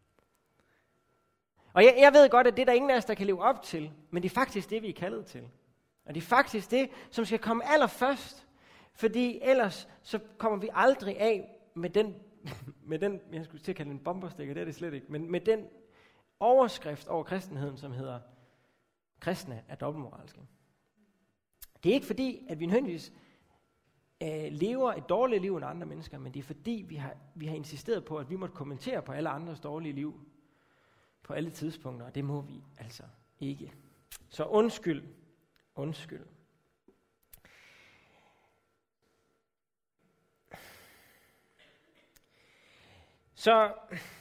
Speaker 1: Og jeg, jeg ved godt, at det er der ingen af os, der kan leve op til, men det er faktisk det, vi er kaldet til. Og det er faktisk det, som skal komme allerførst, fordi ellers så kommer vi aldrig af med den, med den jeg skulle til at kalde en bomberstikker, det er det slet ikke, men med den overskrift over kristenheden, som hedder, kristne er dobbeltmoralske. Det er ikke fordi, at vi nødvendigvis øh, lever et dårligt liv end andre mennesker, men det er fordi, vi har, vi har insisteret på, at vi måtte kommentere på alle andres dårlige liv på alle tidspunkter, og det må vi altså ikke. Så undskyld, undskyld. Så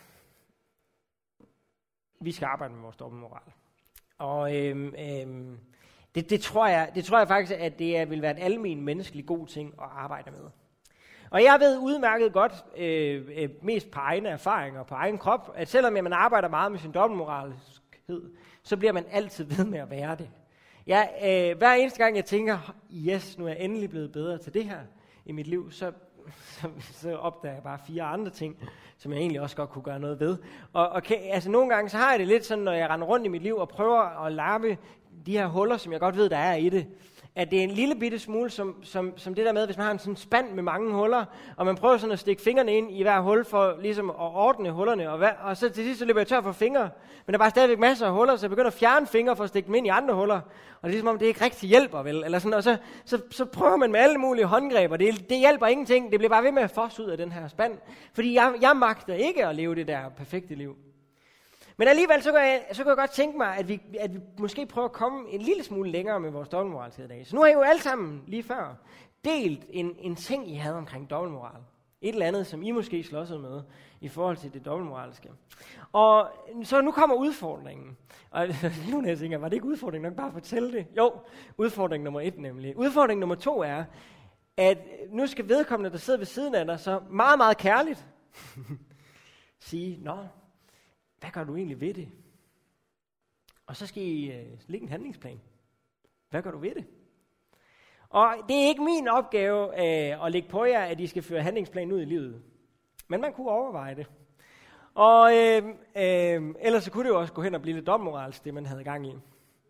Speaker 1: vi skal arbejde med vores dobbeltmoral. Og øhm, øhm, det, det, tror jeg, det tror jeg faktisk, at det vil være en almen menneskelig god ting at arbejde med. Og jeg ved udmærket godt, øh, øh, mest på egne erfaringer, på egen krop, at selvom man arbejder meget med sin dobbeltmoralskhed, så bliver man altid ved med at være det. Jeg, øh, hver eneste gang jeg tænker, yes, nu er jeg endelig blevet bedre til det her i mit liv, så, så, så opdager jeg bare fire andre ting, som jeg egentlig også godt kunne gøre noget ved. Og, og altså, nogle gange så har jeg det lidt sådan, når jeg render rundt i mit liv og prøver at lappe de her huller, som jeg godt ved, der er i det, at det er en lille bitte smule, som, som, som det der med, hvis man har en sådan spand med mange huller, og man prøver sådan at stikke fingrene ind i hver hul for ligesom at ordne hullerne, og, hver, og så til sidst så løber jeg tør for fingre, men der er bare stadigvæk masser af huller, så jeg begynder at fjerne fingre for at stikke dem ind i andre huller, og det er ligesom om, det ikke rigtig hjælper, vel? Eller sådan, og så, så, så prøver man med alle mulige håndgreb, og det, det hjælper ingenting, det bliver bare ved med at fosse ud af den her spand, fordi jeg, jeg magter ikke at leve det der perfekte liv. Men alligevel, så kan, jeg, så kan jeg godt tænke mig, at vi, at vi måske prøver at komme en lille smule længere med vores dobbeltmoral til i dag. Så nu har I jo alle sammen lige før delt en, en ting, I havde omkring dobbeltmoral. Et eller andet, som I måske slåsede med i forhold til det dobbeltmoralske. Og så nu kommer udfordringen. Og nu når jeg tænker, var det ikke udfordringen nok bare at fortælle det? Jo, udfordring nummer et nemlig. Udfordring nummer to er, at nu skal vedkommende, der sidder ved siden af dig, så meget, meget kærligt sige, nå, hvad gør du egentlig ved det? Og så skal I øh, lægge en handlingsplan. Hvad gør du ved det? Og det er ikke min opgave øh, at lægge på jer, at I skal føre handlingsplanen ud i livet. Men man kunne overveje det. Og øh, øh, ellers så kunne det jo også gå hen og blive lidt dobbeltmoralsk, det man havde gang i.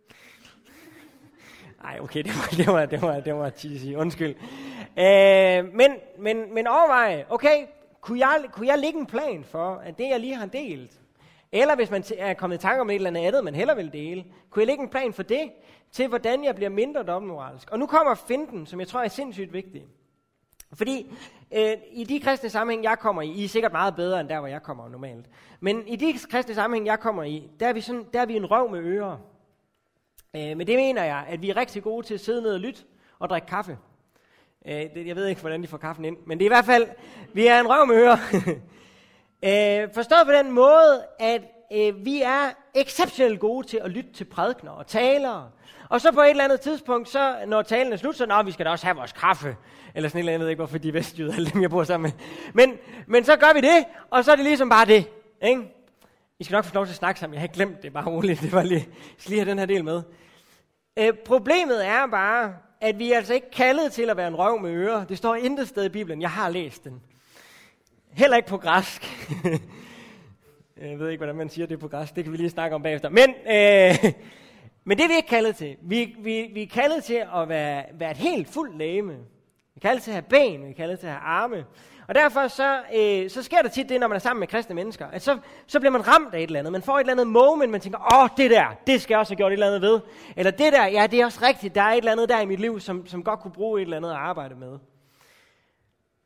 Speaker 1: Ej, okay, det var, det var, det var, det var cheesy, undskyld. Øh, men, men, men overveje, okay, kunne jeg, kunne jeg lægge en plan for, at det jeg lige har delt, eller hvis man er kommet i tanke om et eller andet andet, man hellere vil dele, kunne jeg lægge en plan for det, til hvordan jeg bliver mindre dobbeltmoralsk. Og nu kommer finten, som jeg tror er sindssygt vigtig. Fordi øh, i de kristne sammenhæng, jeg kommer i, I er sikkert meget bedre end der, hvor jeg kommer normalt. Men i de kristne sammenhæng, jeg kommer i, der er vi, sådan, der er vi en røv med ører. Øh, men det mener jeg, at vi er rigtig gode til at sidde ned og lytte og drikke kaffe. Øh, det, jeg ved ikke, hvordan de får kaffen ind, men det er i hvert fald, vi er en røv med ører. Øh, forstået på den måde, at øh, vi er exceptionelt gode til at lytte til prædikener og talere. Og så på et eller andet tidspunkt, så når talen er slut, så nå, vi skal da også have vores kaffe. Eller sådan et eller andet, jeg ved ikke, hvorfor de er vestjyder, alle dem, jeg bor sammen med. Men, men så gør vi det, og så er det ligesom bare det. Ikke? I skal nok få lov til at snakke sammen. Jeg har ikke glemt det, bare roligt. Det var lige, jeg skal lige have den her del med. Øh, problemet er bare, at vi er altså ikke kaldet til at være en røv med ører. Det står intet sted i Bibelen. Jeg har læst den. Heller ikke på græsk. Jeg ved ikke, hvordan man siger det på græsk. Det kan vi lige snakke om bagefter. Men, øh, men det er vi ikke kaldet til. Vi, vi, vi er kaldet til at være, være et helt fuldt legeme. Vi er kaldet til at have ben. Vi er kaldet til at have arme. Og derfor så, øh, så sker der tit det, når man er sammen med kristne mennesker. At så, så bliver man ramt af et eller andet. Man får et eller andet moment, man tænker, åh, det der, det skal jeg også have gjort et eller andet ved. Eller det der, ja, det er også rigtigt. Der er et eller andet der i mit liv, som, som godt kunne bruge et eller andet at arbejde med.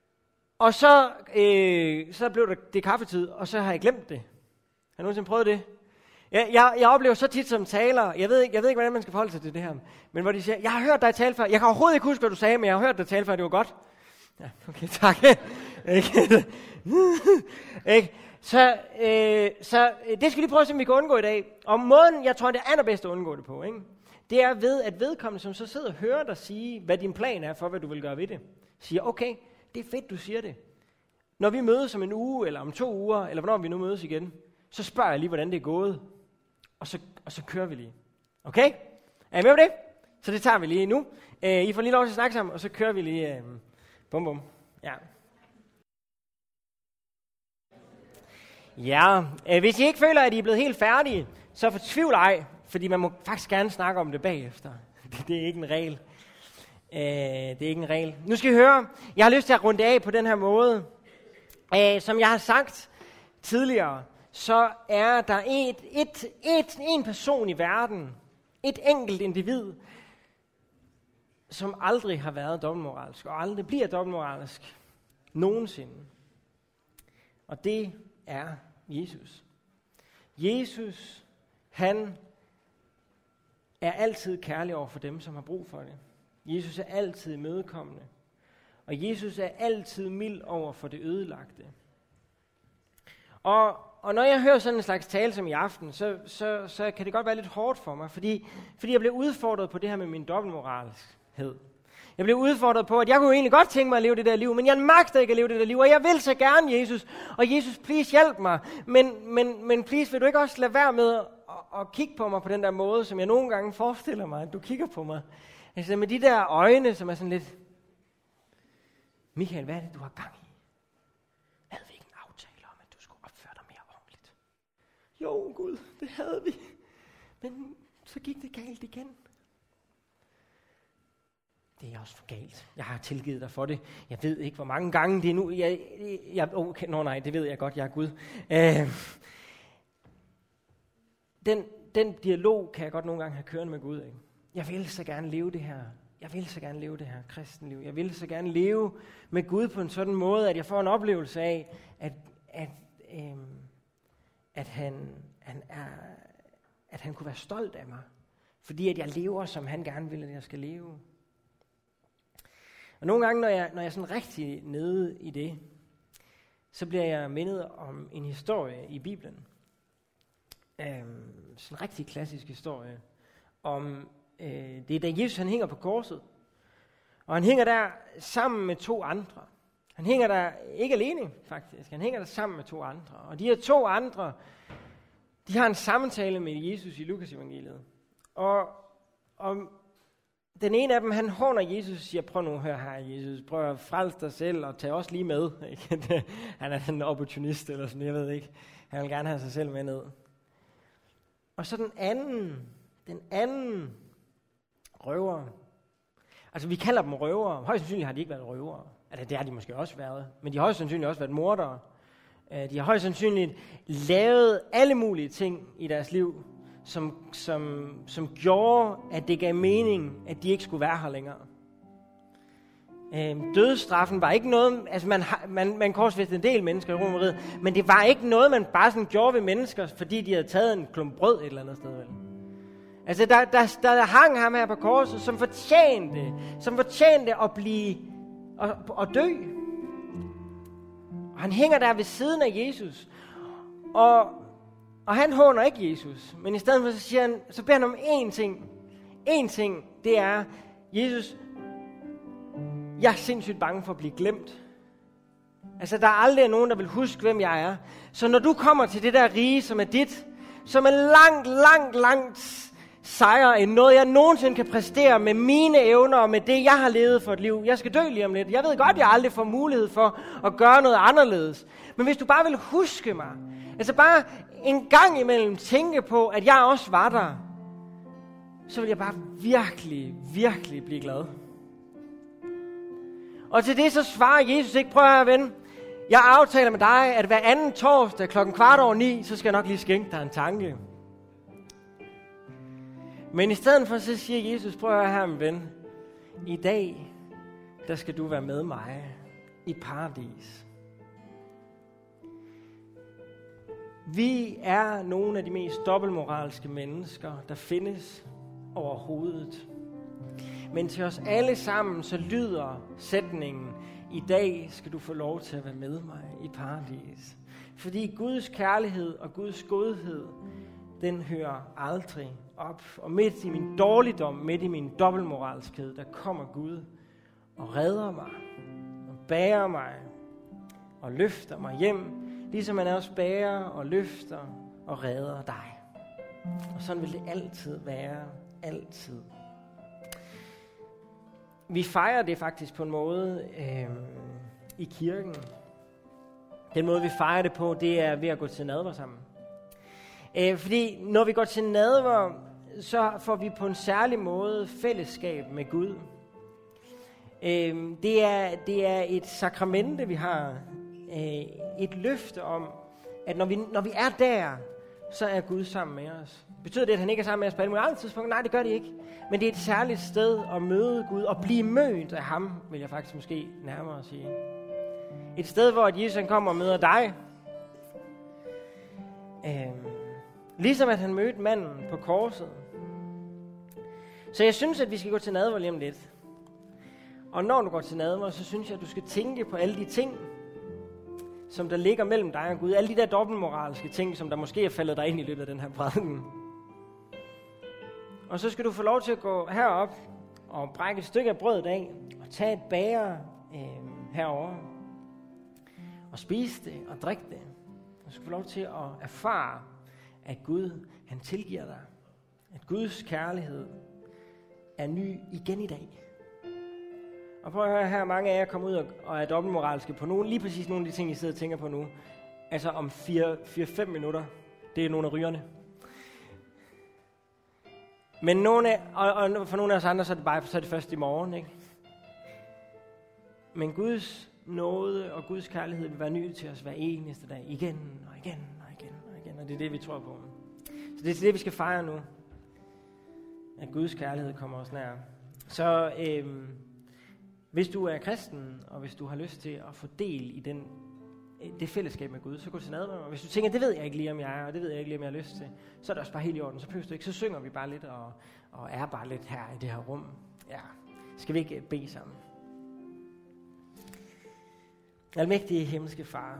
Speaker 1: Og så, øh, så blev det, det kaffetid, og så har jeg glemt det. Har du nogensinde prøvet det? Jeg, jeg, jeg oplever så tit som taler, jeg ved, ikke, jeg ved ikke, hvordan man skal forholde sig til det her, men hvor de siger, jeg har hørt dig tale før, jeg kan overhovedet ikke huske, hvad du sagde, men jeg har hørt dig tale før, det var godt. Ja, okay, tak. Ikke? Så, øh, så det skal vi lige prøve at se, om vi kan undgå i dag. Og måden, jeg tror, det er allerbedst at undgå det på, ikke? Det er ved, at vedkommende, som så sidder og hører dig sige, hvad din plan er for, hvad du vil gøre ved det, siger, okay, det er fedt, du siger det. Når vi mødes om en uge, eller om to uger, eller hvornår vi nu mødes igen, så spørger jeg lige, hvordan det er gået. Og så, og så kører vi lige. Okay? Er I med på det? Så det tager vi lige nu. Uh, I får lige lov til at snakke sammen, og så kører vi lige. Uh, bum bum. Ja. Ja, uh, hvis I ikke føler, at I er blevet helt færdige, så fortvivl ej, fordi man må faktisk gerne snakke om det bagefter. Det, det er ikke en regel. Uh, det er ikke en regel. Nu skal I høre, jeg har lyst til at runde af på den her måde. Uh, som jeg har sagt tidligere, så er der et, et, et, en person i verden, et enkelt individ, som aldrig har været dobbeltmoralsk, og aldrig bliver dobbeltmoralsk nogensinde. Og det er Jesus. Jesus, han er altid kærlig over for dem, som har brug for det. Jesus er altid imødekommende. Og Jesus er altid mild over for det ødelagte. Og, og når jeg hører sådan en slags tale som i aften, så, så, så kan det godt være lidt hårdt for mig, fordi, fordi jeg blev udfordret på det her med min dobbeltmoralskhed. Jeg blev udfordret på, at jeg kunne egentlig godt tænke mig at leve det der liv, men jeg magter ikke at leve det der liv, og jeg vil så gerne, Jesus. Og Jesus, please hjælp mig. Men, men, men please, vil du ikke også lade være med at, at kigge på mig på den der måde, som jeg nogle gange forestiller mig, at du kigger på mig. Altså med de der øjne, som er sådan lidt, Michael, hvad er det, du har gang i? Havde vi ikke en aftale om, at du skulle opføre dig mere ordentligt? Jo, Gud, det havde vi. Men så gik det galt igen. Det er også for galt. Jeg har tilgivet dig for det. Jeg ved ikke, hvor mange gange det er nu. Jeg, jeg, okay, nå nej, det ved jeg godt, jeg er Gud. Øh, den, den dialog kan jeg godt nogle gange have kørende med Gud. Ikke? Jeg vil så gerne leve det her. Jeg vil så gerne leve det her kristenliv. Jeg vil så gerne leve med Gud på en sådan måde, at jeg får en oplevelse af, at, at, øh, at, han, han er, at han kunne være stolt af mig. Fordi at jeg lever, som han gerne vil, at jeg skal leve. Og nogle gange, når jeg, når jeg er sådan rigtig nede i det, så bliver jeg mindet om en historie i Bibelen. Øhm, sådan en rigtig klassisk historie. Om, øh, det er da Jesus han hænger på korset. Og han hænger der sammen med to andre. Han hænger der ikke alene, faktisk. Han hænger der sammen med to andre. Og de her to andre, de har en samtale med Jesus i Lukas evangeliet. Og om den ene af dem, han håner Jesus og siger, prøv nu at høre her, Jesus, prøv at frelse dig selv og tage os lige med. Han er en opportunist eller sådan, jeg ved ikke. Han vil gerne have sig selv med ned. Og så den anden, den anden røver. Altså vi kalder dem røvere. Højst sandsynligt har de ikke været røvere. Altså det har de måske også været. Men de har højst sandsynligt også været mordere. De har højst sandsynligt lavet alle mulige ting i deres liv, Som, som, som gjorde, at det gav mening, at de ikke skulle være her længere. Øhm, dødsstraffen var ikke noget, altså man, man, man korsfæstede en del mennesker i Romerriget, men det var ikke noget, man bare sådan gjorde ved mennesker, fordi de havde taget en klump brød et eller andet sted. Vel? Altså der, der, der hang ham her på korset, som fortjente, som fortjente at blive, at, at dø. Og han hænger der ved siden af Jesus, og Og han håner ikke Jesus, men i stedet for så siger han, så beder han om én ting. Én ting, det er, Jesus, jeg er sindssygt bange for at blive glemt. Altså, der er aldrig nogen, der vil huske, hvem jeg er. Så når du kommer til det der rige, som er dit, som er langt, langt, langt sejere end noget, jeg nogensinde kan præstere med mine evner og med det, jeg har levet for et liv. Jeg skal dø lige om lidt. Jeg ved godt, jeg aldrig får mulighed for at gøre noget anderledes. Men hvis du bare vil huske mig, altså bare en gang imellem tænke på, at jeg også var der, så vil jeg bare virkelig, virkelig blive glad. Og til det så svarer Jesus ikke, prøv at ven, jeg aftaler med dig, at hver anden torsdag klokken kvart over ni, så skal jeg nok lige skænke dig en tanke. Men i stedet for, så siger Jesus, prøv at høre her, min ven, i dag, der skal du være med mig i paradis. Vi er nogle af de mest dobbeltmoralske mennesker, der findes overhovedet. Men til os alle sammen, så lyder sætningen, i dag skal du få lov til at være med mig i paradis. Fordi Guds kærlighed og Guds godhed, den hører aldrig op. Og midt i min dårligdom, midt i min dobbeltmoralskhed, der kommer Gud og redder mig, og bærer mig, og løfter mig hjem, ligesom han også bærer og løfter og redder dig. Og sådan vil det altid være, altid. Vi fejrer det faktisk på en måde øh, i kirken. Den måde, vi fejrer det på, det er ved at gå til nadver sammen. Øh, fordi når vi går til nadver, så får vi på en særlig måde fællesskab med Gud. Øh, det, er, det er et sakramente, vi har. Øh, et løfte om, at når vi, når vi er der, så er Gud sammen med os. Betyder det, at han ikke er sammen med os på alle mulige andre tidspunkter? Nej, det gør det ikke. Men det er et særligt sted at møde Gud og blive mødt af ham, vil jeg faktisk måske nærmere sige. Et sted, hvor Jesus han kommer og møder dig. Øhm, ligesom at han mødte manden på korset. Så jeg synes, at vi skal gå til nadver lige om lidt. Og når du går til nadver, så synes jeg, at du skal tænke på alle de ting, som der ligger mellem dig og Gud. Alle de der dobbeltmoralske ting, som der måske er faldet dig ind i løbet af den her prædiken. Og så skal du få lov til at gå herop og brække et stykke af brødet af, og tage et bæger øh, herover og spise det og drikke det. Og så skal du få lov til at erfare, at Gud, han tilgiver dig. At Guds kærlighed er ny igen i dag. Og prøv at høre her, mange af jer kommer ud og er dobbeltmoralske på nogle, lige præcis nogle af de ting, I sidder og tænker på nu. Altså om fire til fem minutter, det er nogle af rygerne. Men nogle af, og, og for nogle af os andre, så er det bare så er det først i morgen, ikke? Men Guds nåde og Guds kærlighed vil være ny til os hver eneste dag, igen og igen og igen og igen, og det er det, vi tror på. Så det er det, vi skal fejre nu, at Guds kærlighed kommer os nær. Så øhm, hvis du er kristen, og hvis du har lyst til at få del i den, det fællesskab med Gud, så gå til nadver. Og hvis du tænker, det ved jeg ikke lige, om jeg er, og det ved jeg ikke lige, om jeg har lyst til, så er det også bare helt i orden. Så behøver du ikke, så synger vi bare lidt, og, og er bare lidt her i det her rum. Ja, skal vi ikke bede sammen? Almægtige himmelske Far,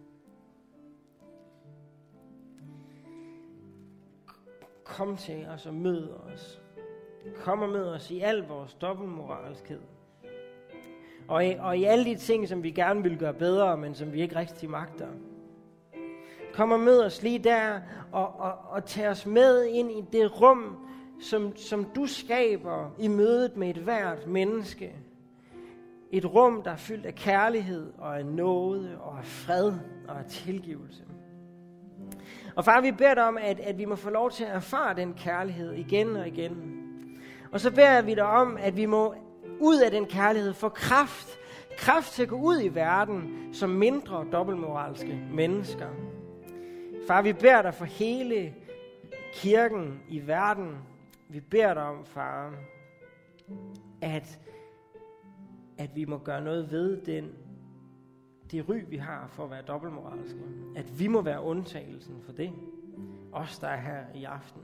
Speaker 1: kom til os og mød os. Kom og mød os i al vores dobbeltmoralskhed. Og i, og i alle de ting, som vi gerne vil gøre bedre, men som vi ikke rigtig magter. Kom og mød os lige der, og, og, og tag os med ind i det rum, som, som du skaber i mødet med et hvert menneske. Et rum, der er fyldt af kærlighed, og af nåde, og af fred, og af tilgivelse. Og far, vi beder dig om, at, at vi må få lov til at erfare den kærlighed igen og igen. Og så beder vi dig om, at vi må ud af den kærlighed få kraft. Kraft til at gå ud i verden som mindre dobbeltmoralske mennesker. Far, vi beder dig for hele kirken i verden. Vi beder dig om, far, at, at vi må gøre noget ved den, det ry, vi har for at være dobbeltmoralske. At vi må være undtagelsen for det. Os, der er her i aften.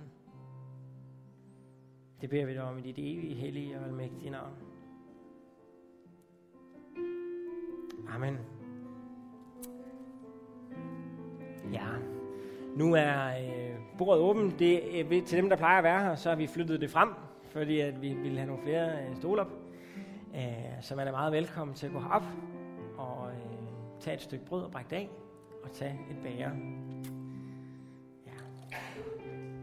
Speaker 1: Det beder vi dig om i dit evige, hellige og almægtige navn. Amen. Ja, nu er øh, bordet åbent. Det, øh, til dem, der plejer at være her, så har vi flyttet det frem, fordi at vi ville have nogle flere øh, stole op. Øh, så man er meget velkommen til at gå herop og øh, tage et stykke brød og brække det af, og tage et bager. Ja.